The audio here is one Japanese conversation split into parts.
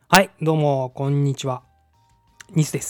はい、どうも、こんにちは。ニスです。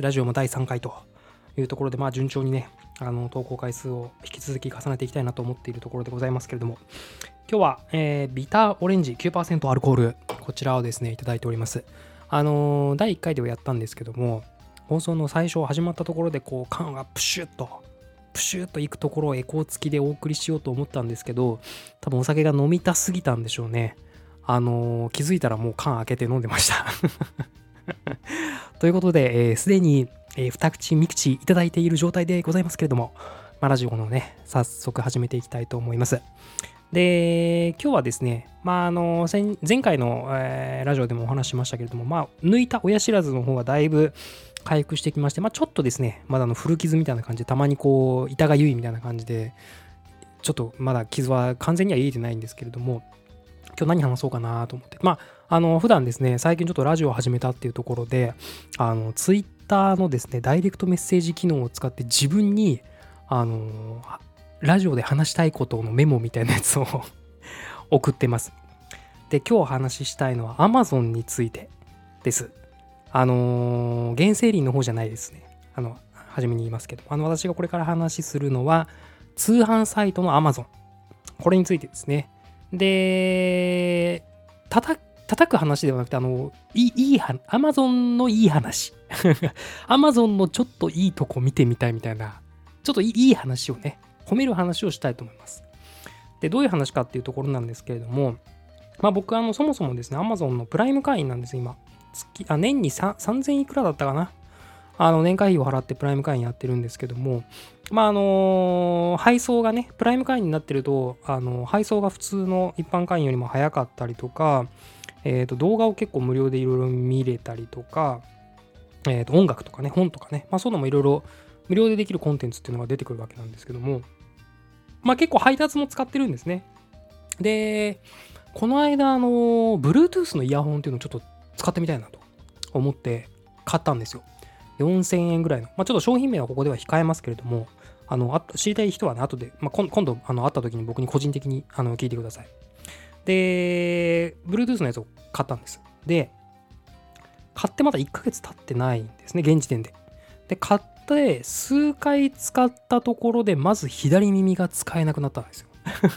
ラジオも第3回というところで、順調にね、投稿回数を引き続き重ねていきたいなと思っているところでございますけれども、今日は、ビターオレンジ 9% アルコール、こちらをですね、いただいております。第1回ではやったんですけども、放送の最初始まったところで、缶がプシュッといくところをエコー付きでお送りしようと思ったんですけど、多分お酒が飲みたすぎたんでしょうね。気づいたらもう缶開けて飲んでましたということで、すでに、2口3口いただいている状態でございますけれども、ラジオのね、早速始めていきたいと思います。で、今日はですね、前回の、ラジオでもお話ししましたけれども、抜いた親知らずの方がだいぶ回復してきまして、ちょっとですね、まだ古傷みたいな感じで、たまに板がゆいみたいな感じで、ちょっとまだ傷は完全には癒えてないんですけれども、今日何話そうかなと思って。普段ですね、最近ちょっとラジオを始めたっていうところで、ツイッターのですね、ダイレクトメッセージ機能を使って自分に、ラジオで話したいことのメモみたいなやつを送ってます。で、今日お話ししたいのは Amazon についてです。原生林の方じゃないですね。初めに言いますけど、私がこれから話しするのは、通販サイトの Amazon。これについてですね。で、叩く話ではなくて、アマゾンのいい話。アマゾンのちょっといいとこ見てみたいみたいな、ちょっといい話をね、褒める話をしたいと思います。で、どういう話かっていうところなんですけれども、僕そもそもですね、アマゾンのプライム会員なんです、今。年に3000いくらだったかな。年会費を払ってプライム会員やってるんですけども、配送がね、プライム会員になってると、配送が普通の一般会員よりも早かったりとか、動画を結構無料でいろいろ見れたりとか、音楽とかね、本とかね、そういうのもいろいろ無料でできるコンテンツっていうのが出てくるわけなんですけども、結構配達も使ってるんですね。で、この間、Bluetooth のイヤホンっていうのをちょっと使ってみたいなと思って買ったんですよ。4000円ぐらいの。ちょっと商品名はここでは控えますけれども、知りたい人はね、後で、今度、会った時に僕に個人的に聞いてください。で、Bluetooth のやつを買ったんです。で、買ってまだ1ヶ月経ってないんですね、現時点で。で、買って数回使ったところで、まず左耳が使えなくなったんですよ。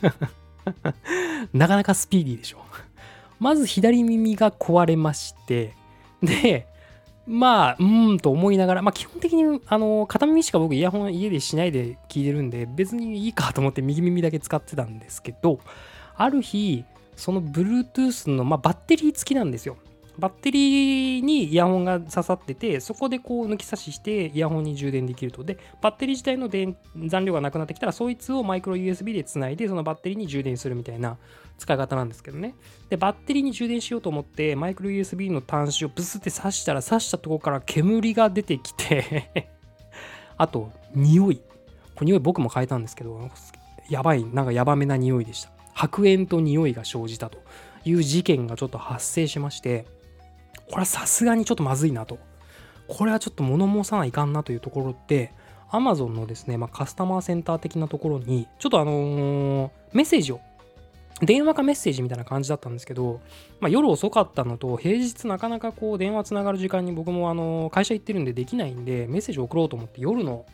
なかなかスピーディーでしょ。まず左耳が壊れまして、で、と思いながら、基本的に、片耳しか僕イヤホン家でしないで聞いてるんで、別にいいかと思って右耳だけ使ってたんですけど、ある日、その Bluetooth の、バッテリー付きなんですよ。バッテリーにイヤホンが刺さってて、そこで抜き差ししてイヤホンに充電できると。で、バッテリー自体の残量がなくなってきたら、そいつをマイクロ USB でつないで、そのバッテリーに充電するみたいな使い方なんですけどね。で、バッテリーに充電しようと思って、マイクロ USB の端子をブスって刺したら、刺したところから煙が出てきてあと、匂い。これ匂い僕も変えたんですけど、やばい、やばめな匂いでした。白煙と匂いが生じたという事件がちょっと発生しまして、これはさすがにちょっとまずいなと。これはちょっと物申さないかんなというところで、Amazon のですね、カスタマーセンター的なところに、ちょっとメッセージを、電話かメッセージみたいな感じだったんですけど、夜遅かったのと、平日なかなか電話つながる時間に僕も会社行ってるんでできないんで、メッセージ送ろうと思って夜の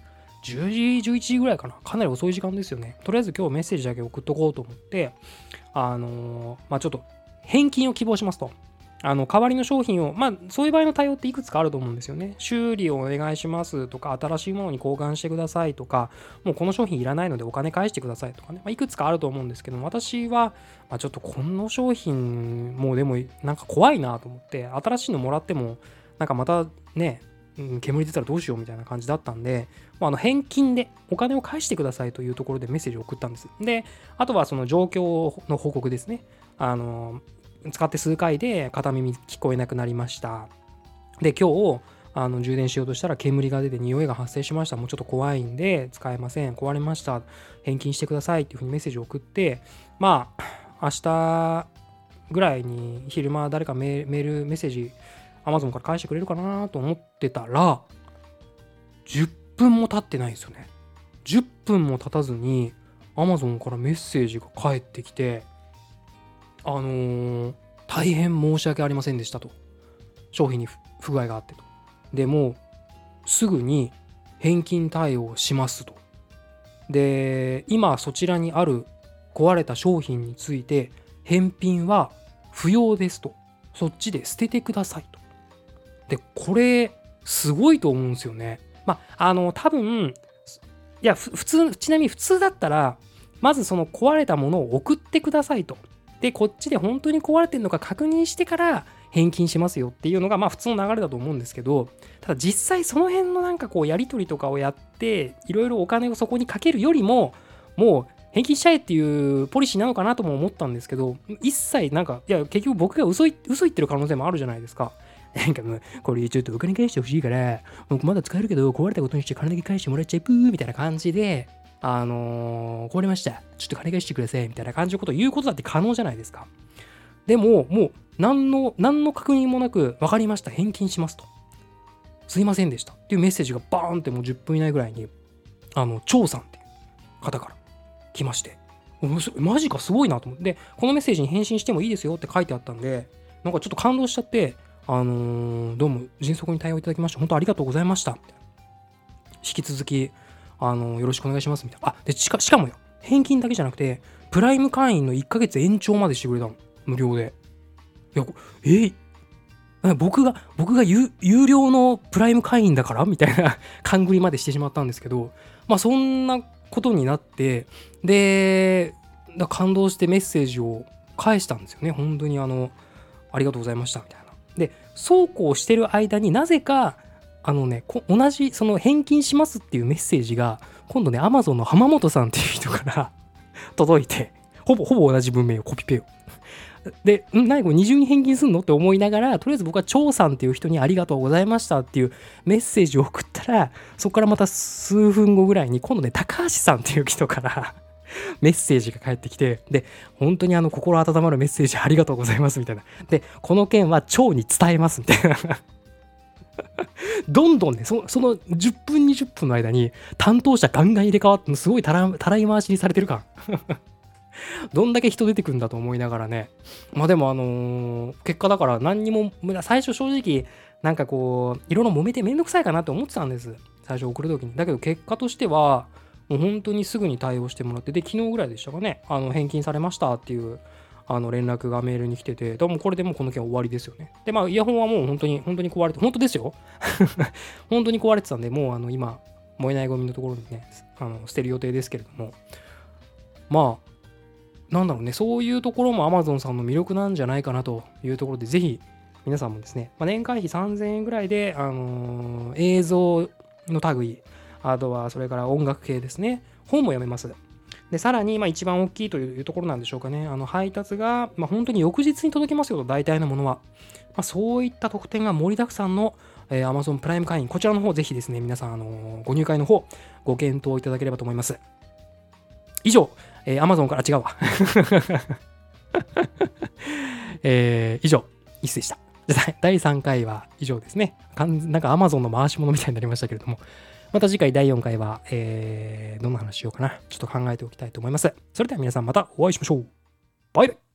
10時、11時ぐらいかな。かなり遅い時間ですよね。とりあえず今日メッセージだけ送っとこうと思って、ちょっと返金を希望しますと。代わりの商品を、そういう場合の対応っていくつかあると思うんですよね。修理をお願いしますとか、新しいものに交換してくださいとか、もうこの商品いらないのでお金返してくださいとかね、いくつかあると思うんですけども、私は、ちょっとこの商品、もうでも怖いなと思って、新しいのもらっても、またね、煙出たらどうしようみたいな感じだったんで、返金でお金を返してくださいというところでメッセージを送ったんです。で、あとはその状況の報告ですね。使って数回で片耳聞こえなくなりました。で、今日充電しようとしたら煙が出て匂いが発生しました。もうちょっと怖いんで使えません。壊れました。返金してくださいっていうふうにメッセージを送って、明日ぐらいに昼間誰かメールメッセージ Amazon から返してくれるかなと思ってたら、10分も経ってないんですよね。10分も経たずに Amazon からメッセージが返ってきて、 大変申し訳ありませんでしたと。商品に不具合があってと。でもうすぐに返金対応しますと。で、今そちらにある壊れた商品について返品は不要ですと。そっちで捨ててくださいと。で、これすごいと思うんですよね。多分、いや、ちなみに普通だったら、まずその壊れたものを送ってくださいと。で、こっちで本当に壊れてるのか確認してから返金しますよっていうのが、普通の流れだと思うんですけど、ただ実際その辺のやり取りとかをやって、いろいろお金をそこにかけるよりも、もう返金しちゃえっていうポリシーなのかなとも思ったんですけど、一切いや、結局僕が嘘言ってる可能性もあるじゃないですか。もうこれちょっとお金返してほしいから、僕まだ使えるけど壊れたことにして金だけ返してもらっちゃいぷーみたいな感じで、壊れました。ちょっと金返してくださいみたいな感じのことを言うことだって可能じゃないですか。でも、もう何の確認もなく、分かりました。返金しますと。すいませんでした。っていうメッセージがバーンってもう10分以内ぐらいに、張さんっていう方から来まして、マジかすごいなと思って、このメッセージに返信してもいいですよって書いてあったんで、ちょっと感動しちゃって、どうも迅速に対応いただきまして本当ありがとうございました。引き続きよろしくお願いしますみたいな。でしかもよ、返金だけじゃなくてプライム会員の1ヶ月延長までしてくれたの、無料で。いや、僕が有料のプライム会員だからみたいな勘繰りまでしてしまったんですけど、そんなことになって、で感動してメッセージを返したんですよね。本当にありがとうございましたみたいな。で、そうこうしてる間になぜか同じその返金しますっていうメッセージが今度ね Amazon の浜本さんっていう人から届いて、ほぼ同じ文面をコピペをで、何これ二重に返金すんのって思いながら、とりあえず僕は張さんっていう人にありがとうございましたっていうメッセージを送ったら、そこからまた数分後ぐらいに今度ね高橋さんっていう人からメッセージが返ってきて、で、本当に心温まるメッセージありがとうございますみたいな。で、この件は張に伝えますみたいな。どんどんね、その10分20分の間に担当者ガンガン入れ替わって、すごいたらい回しにされてる感。どんだけ人出てくるんだと思いながらね。でも結果だから何にも、最初正直いろいろ揉めてめんどくさいかなって思ってたんです。最初送るときに。だけど結果としては、もう本当にすぐに対応してもらって、で、昨日ぐらいでしたかね、返金されましたっていう、連絡がメールに来てて、でもこれでもうこの件終わりですよね。で、イヤホンはもう本当に壊れて、本当ですよ。本当に壊れてたんで、もう今、燃えないゴミのところにね、捨てる予定ですけれども、そういうところも Amazon さんの魅力なんじゃないかなというところで、ぜひ皆さんもですね、年会費3000円ぐらいで、映像の類、あとはそれから音楽系ですね、本も読めます。で、さらに一番大きいというところなんでしょうかね、配達が、本当に翌日に届きますよと、大体のものは。そういった特典が盛りだくさんの、Amazon プライム会員、こちらの方ぜひですね、皆さん、ご入会の方、ご検討いただければと思います。以上、Amazon から違うわ。以上、イスでした。第3回は以上ですね。Amazon の回し物みたいになりましたけれども、また次回第4回は、どんな話しようかな。ちょっと考えておきたいと思います。それでは皆さんまたお会いしましょう。バイバイ。